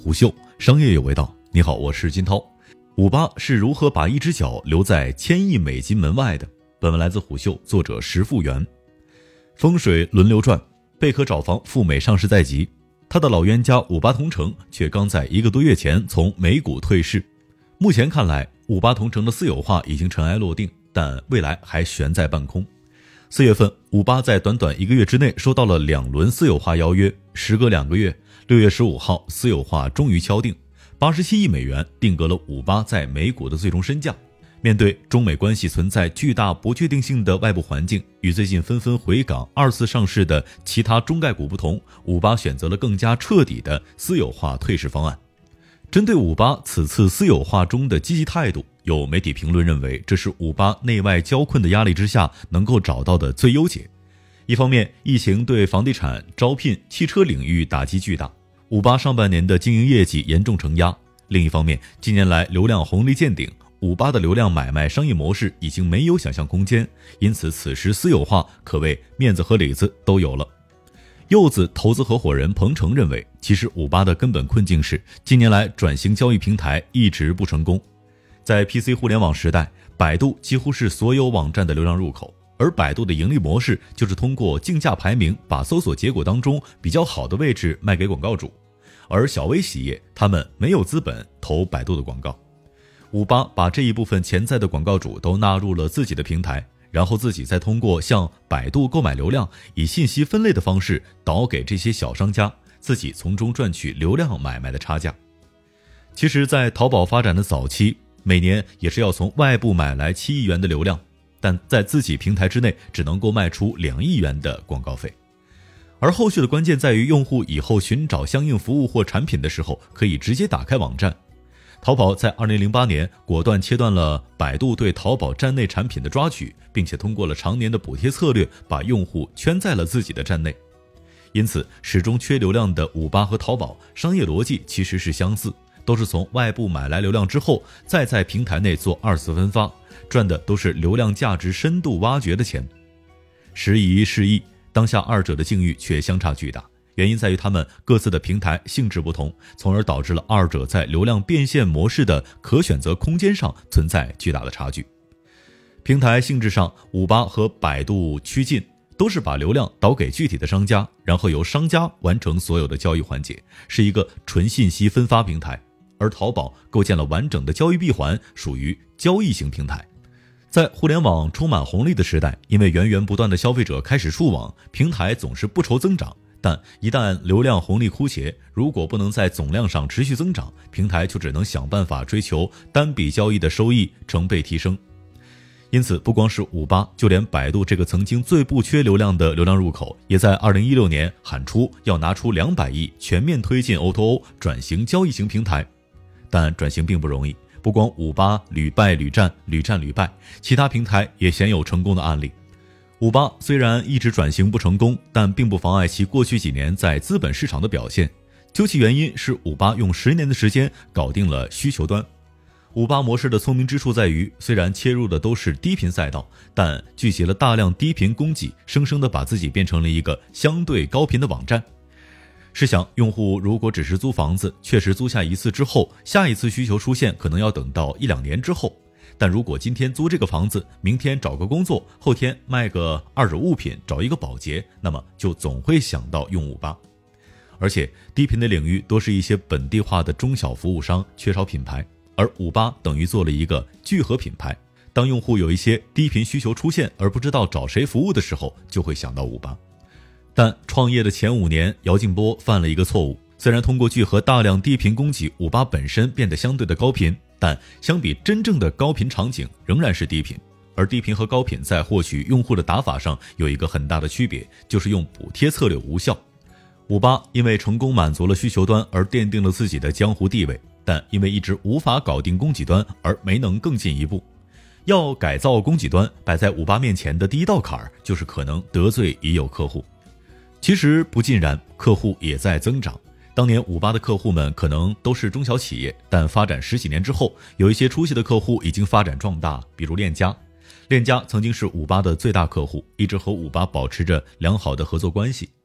虎嗅商业有味道，你好，我是金涛。五八是如何把一只脚留在1000亿美金门外的？本文来自虎嗅，作者石富元。风水轮流转，贝壳找房赴美上市在即，他的老冤家五八同城却刚在1个多月前从美股退市。目前看来，五八同城的私有化已经尘埃落定，但未来还悬在半空。4月份，五八在短短1个月之内收到了2轮私有化邀约，时隔2个月，6月15号，私有化终于敲定，87亿美元定格了五八在美股的最终身价。面对中美关系存在巨大不确定性的外部环境，与最近纷纷回港2次上市的其他中概股不同，五八选择了更加彻底的私有化退市方案。针对五八此次私有化中的积极态度，有媒体评论认为，这是五八内外交困的压力之下能够找到的最优解。一方面，疫情对房地产、招聘、汽车领域打击巨大，五八上半年的经营业绩严重承压；另一方面，近年来流量红利见顶，五八的流量买卖商业模式已经没有想象空间，因此此时私有化可谓面子和里子都有了。柚子投资合伙人彭程认为，其实五八的根本困境是近年来转型交易平台一直不成功。在 PC 互联网时代，百度几乎是所有网站的流量入口，而百度的盈利模式就是通过竞价排名把搜索结果当中比较好的位置卖给广告主，而小微企业他们没有资本投百度的广告。五八把这一部分潜在的广告主都纳入了自己的平台，然后自己再通过向百度购买流量，以信息分类的方式导给这些小商家，自己从中赚取流量买卖的差价。其实在淘宝发展的早期，每年也是要从外部买来7亿元的流量，但在自己平台之内只能够卖出2亿元的广告费。而后续的关键在于，用户以后寻找相应服务或产品的时候，可以直接打开网站。淘宝在2008年果断切断了百度对淘宝站内产品的抓取，并且通过了常年的补贴策略，把用户圈在了自己的站内。因此，始终缺流量的五八和淘宝商业逻辑其实是相似，都是从外部买来流量之后，再在平台内做2次分发，赚的都是流量价值深度挖掘的钱。时移世易，当下二者的境遇却相差巨大。原因在于他们各自的平台性质不同，从而导致了二者在流量变现模式的可选择空间上存在巨大的差距。平台性质上，五八和百度趋近，都是把流量导给具体的商家，然后由商家完成所有的交易环节，是一个纯信息分发平台。而淘宝构建了完整的交易闭环，属于交易型平台。在互联网充满红利的时代，因为源源不断的消费者开始触网，平台总是不愁增长。但一旦流量红利枯竭，如果不能在总量上持续增长，平台就只能想办法追求单笔交易的收益成倍提升。因此，不光是五八，就连百度这个曾经最不缺流量的流量入口，也在2016年喊出要拿出200亿全面推进 O2O 转型交易型平台。但转型并不容易，不光五八屡败屡战，屡战屡败，其他平台也鲜有成功的案例。五八虽然一直转型不成功，但并不妨碍其过去几年在资本市场的表现。究其原因，是五八用10年的时间搞定了需求端。五八模式的聪明之处在于，虽然切入的都是低频赛道，但聚集了大量低频供给，生生地把自己变成了一个相对高频的网站。试想，用户如果只是租房子，确实租下一次之后，下一次需求出现可能要等到1-2年之后。但如果今天租这个房子，明天找个工作，后天卖个二手物品，找一个保洁，那么就总会想到用五八。而且低频的领域多是一些本地化的中小服务商，缺少品牌，而五八等于做了一个聚合品牌。当用户有一些低频需求出现而不知道找谁服务的时候，就会想到五八。但创业的前5年，姚劲波犯了一个错误。虽然通过聚合大量低频供给，五八本身变得相对的高频，但相比真正的高频场景仍然是低频。而低频和高频在获取用户的打法上有一个很大的区别，就是用补贴策略无效。五八因为成功满足了需求端而奠定了自己的江湖地位，但因为一直无法搞定供给端而没能更进一步。要改造供给端，摆在五八面前的第一道坎儿就是可能得罪已有客户。其实不尽然，客户也在增长。当年五八的客户们可能都是中小企业，但发展10几年之后，有一些出息的客户已经发展壮大，比如链家。链家曾经是五八的最大客户，一直和五八保持着良好的合作关系。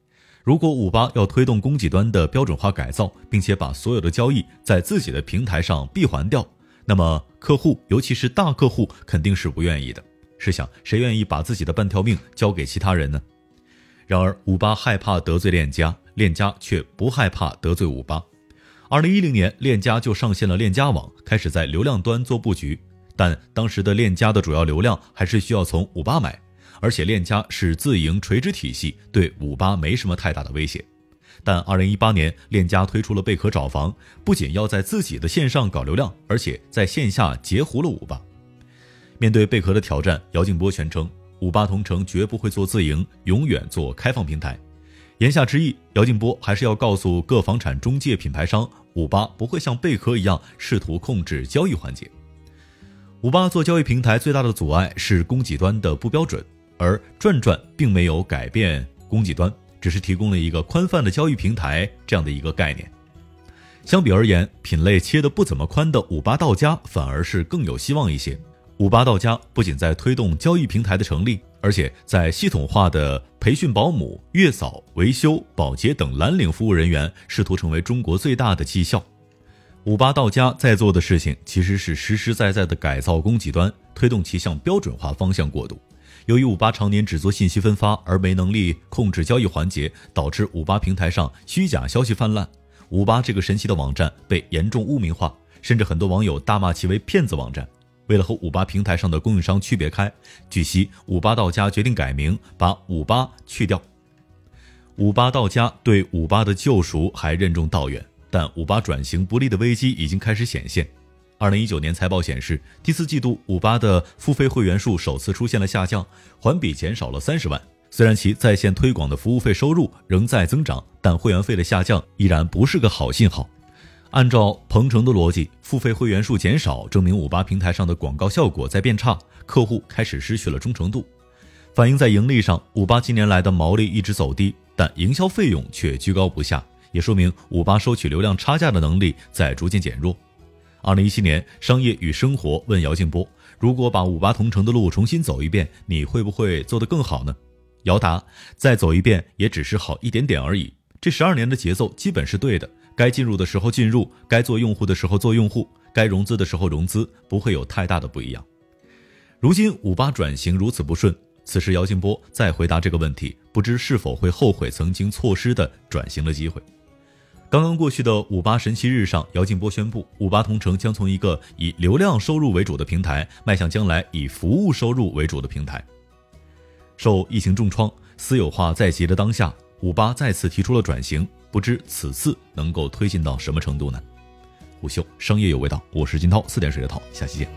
如果588要推动供给端的标准化改造，并且把所有的交易在自己的平台上闭环掉，那么客户，尤其是大客户肯定是不愿意的。试想，谁愿意把自己的半条命交给其他人呢？然而588害怕得罪链家，链家却不害怕得罪588。2010年，链家就上线了链家网，开始在流量端做布局，但当时的链家的主要流量还是需要从588买，而且链家是自营垂直体系，对588没什么太大的威胁。但2018年，链家推出了贝壳找房，不仅要在自己的线上搞流量，而且在线下截胡了588。面对贝壳的挑战，姚劲波宣称588同城绝不会做自营，永远做开放平台。言下之意，姚劲波还是要告诉各房产中介品牌商，588不会像贝壳一样试图控制交易环节。588做交易平台最大的阻碍是供给端的不标准，而转转并没有改变供给端，只是提供了一个宽泛的交易平台这样的一个概念。相比而言，品类切得不怎么宽的588到家反而是更有希望一些。588到家不仅在推动交易平台的成立，而且在系统化的培训保姆、月嫂、维修、保洁等蓝领服务人员，试图成为中国最大的绩效。588到家在做的事情其实是实实在在的改造供给端，推动其向标准化方向过渡。由于588常年只做信息分发而没能力控制交易环节，导致588平台上虚假消息泛滥，588这个神奇的网站被严重污名化，甚至很多网友大骂其为骗子网站。为了和588平台上的供应商区别开，据悉588到家决定改名，把588去掉。588到家对588的救赎还任重道远，但588转型不利的危机已经开始显现。2019年财报显示，第4季度588的付费会员数首次出现了下降，环比减少了30万。虽然其在线推广的服务费收入仍在增长，但会员费的下降依然不是个好信号。按照鹏程的逻辑，付费会员数减少，证明588平台上的广告效果在变差，客户开始失去了忠诚度。反映在盈利上，588近年来的毛利一直走低，但营销费用却居高不下，也说明588收取流量差价的能力在逐渐减弱。2017年，商业与生活问姚劲波，如果把588同城的路重新走一遍，你会不会做得更好呢？姚答，再走一遍也只是好一点点而已，这12年的节奏基本是对的，该进入的时候进入，该做用户的时候做用户，该融资的时候融资，不会有太大的不一样。如今588转型如此不顺，此时姚劲波再回答这个问题，不知是否会后悔曾经错失的转型的机会。刚刚过去的588神奇日上，姚劲波宣布588同城将从一个以流量收入为主的平台迈向将来以服务收入为主的平台。受疫情重创，私有化在即的当下，588再次提出了转型，不知此次能够推进到什么程度呢？虎嗅商业有味道，我是金涛，4点水的涛，下期见。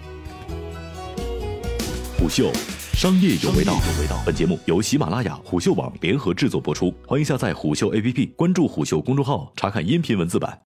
虎嗅商业有味道，本节目由喜马拉雅、虎嗅网联合制作播出，欢迎下载虎嗅 APP， 关注虎嗅公众号，查看音频文字版。